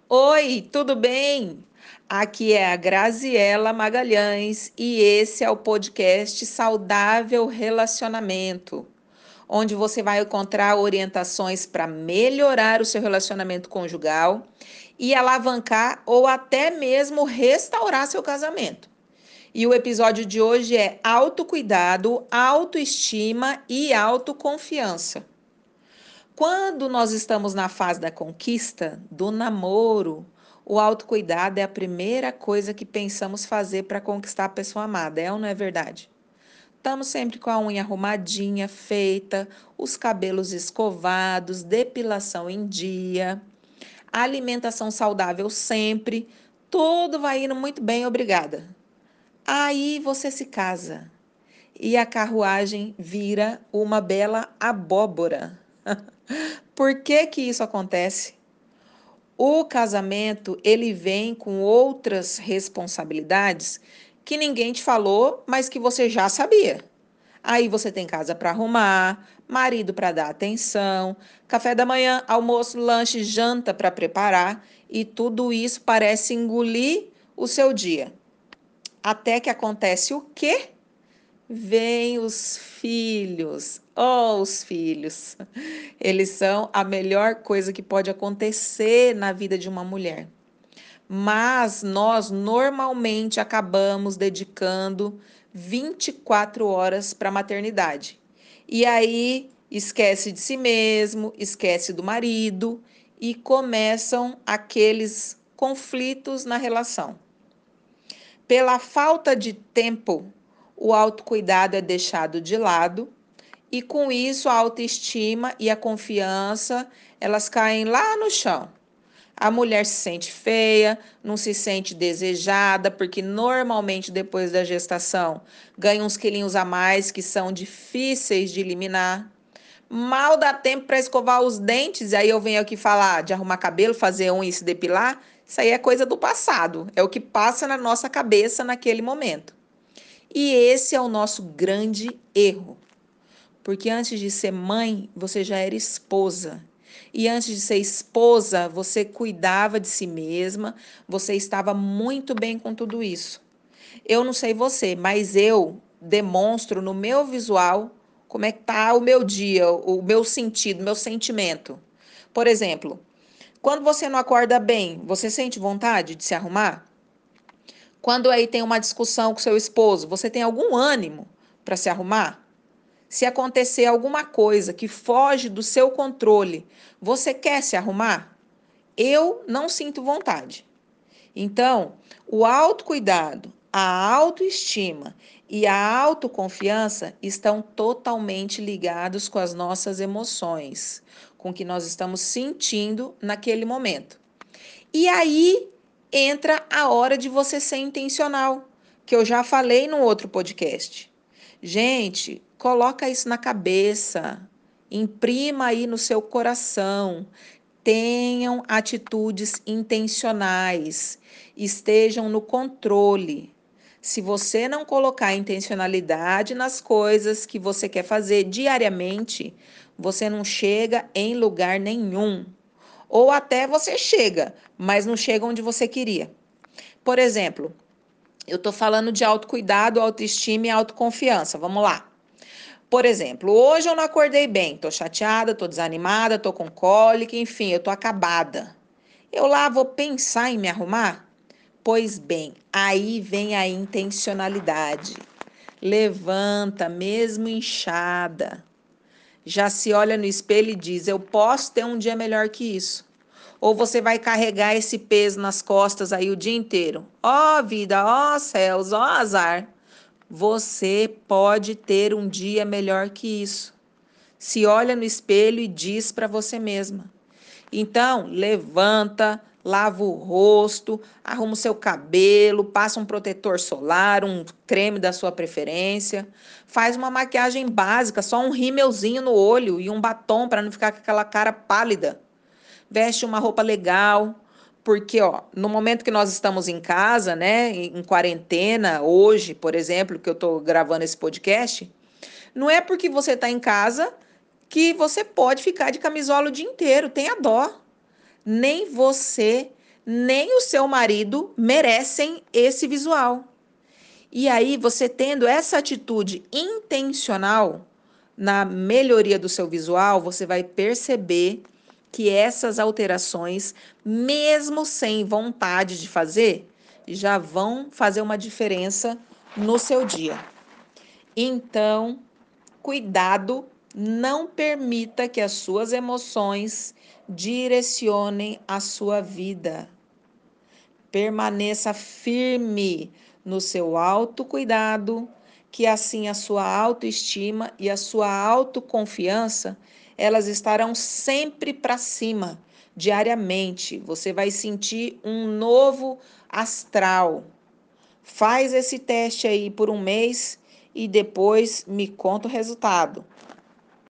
Oi, tudo bem? Aqui é a Graziela Magalhães e esse é o podcast Saudável Relacionamento, onde você vai encontrar orientações para melhorar o seu relacionamento conjugal e alavancar ou até mesmo restaurar seu casamento. E o episódio de hoje é autocuidado, autoestima e autoconfiança. Quando nós estamos na fase da conquista, do namoro, o autocuidado é a primeira coisa que pensamos fazer para conquistar a pessoa amada, é ou não é verdade? Estamos sempre com a unha arrumadinha, feita, os cabelos escovados, depilação em dia, alimentação saudável sempre, tudo vai indo muito bem, obrigada. Aí você se casa e a carruagem vira uma bela abóbora. Por que que isso acontece? O casamento, ele vem com outras responsabilidades que ninguém te falou, mas que você já sabia. Aí você tem casa para arrumar, marido para dar atenção, café da manhã, almoço, lanche, janta para preparar, e tudo isso parece engolir o seu dia. Até que acontece o quê? Vem os filhos. Oh, os filhos. Eles são a melhor coisa que pode acontecer na vida de uma mulher. Mas nós normalmente acabamos dedicando 24 horas para a maternidade. E aí esquece de si mesmo, esquece do marido e começam aqueles conflitos na relação. Pela falta de tempo, o autocuidado é deixado de lado e com isso a autoestima e a confiança, elas caem lá no chão. A mulher se sente feia, não se sente desejada, porque normalmente depois da gestação ganha uns quilinhos a mais que são difíceis de eliminar. Mal dá tempo para escovar os dentes, e aí eu venho aqui falar de arrumar cabelo, fazer unha e se depilar. Isso aí é coisa do passado, é o que passa na nossa cabeça naquele momento. E esse é o nosso grande erro. Porque antes de ser mãe, você já era esposa. E antes de ser esposa, você cuidava de si mesma, você estava muito bem com tudo isso. Eu não sei você, mas eu demonstro no meu visual como é que tá o meu dia, o meu sentido, o meu sentimento. Por exemplo, quando você não acorda bem, você sente vontade de se arrumar? Quando aí tem uma discussão com seu esposo, você tem algum ânimo para se arrumar? Se acontecer alguma coisa que foge do seu controle, você quer se arrumar? Eu não sinto vontade. Então, o autocuidado, a autoestima e a autoconfiança estão totalmente ligados com as nossas emoções, com o que nós estamos sentindo naquele momento. E aí entra a hora de você ser intencional, que eu já falei no outro podcast. Gente, coloca isso na cabeça, imprima aí no seu coração. Tenham atitudes intencionais, estejam no controle. Se você não colocar intencionalidade nas coisas que você quer fazer diariamente, você não chega em lugar nenhum. Ou até você chega, mas não chega onde você queria. Por exemplo, eu estou falando de autocuidado, autoestima e autoconfiança. Vamos lá. Por exemplo, hoje eu não acordei bem, tô chateada, tô desanimada, tô com cólica, enfim, eu tô acabada. Eu lá vou pensar em me arrumar? Pois bem, aí vem a intencionalidade. Levanta, mesmo inchada. Já se olha no espelho e diz: eu posso ter um dia melhor que isso. Ou você vai carregar esse peso nas costas aí o dia inteiro. Ó vida, ó céus, ó azar. Você pode ter um dia melhor que isso. Se olha no espelho e diz para você mesma. Então, levanta, lava o rosto, arruma o seu cabelo, passa um protetor solar, um creme da sua preferência, faz uma maquiagem básica, só um rímelzinho no olho e um batom para não ficar com aquela cara pálida. Veste uma roupa legal, porque ó, no momento que nós estamos em casa, né, em quarentena, hoje, por exemplo, que eu estou gravando esse podcast, não é porque você está em casa que você pode ficar de camisola o dia inteiro. Tenha dó. Nem você, nem o seu marido merecem esse visual. E aí, você tendo essa atitude intencional na melhoria do seu visual, você vai perceber que essas alterações, mesmo sem vontade de fazer, já vão fazer uma diferença no seu dia. Então, cuidado, não permita que as suas emoções direcionem a sua vida. Permaneça firme no seu autocuidado, que assim a sua autoestima e a sua autoconfiança, elas estarão sempre para cima, diariamente. Você vai sentir um novo astral. Faz esse teste aí por um mês e depois me conta o resultado.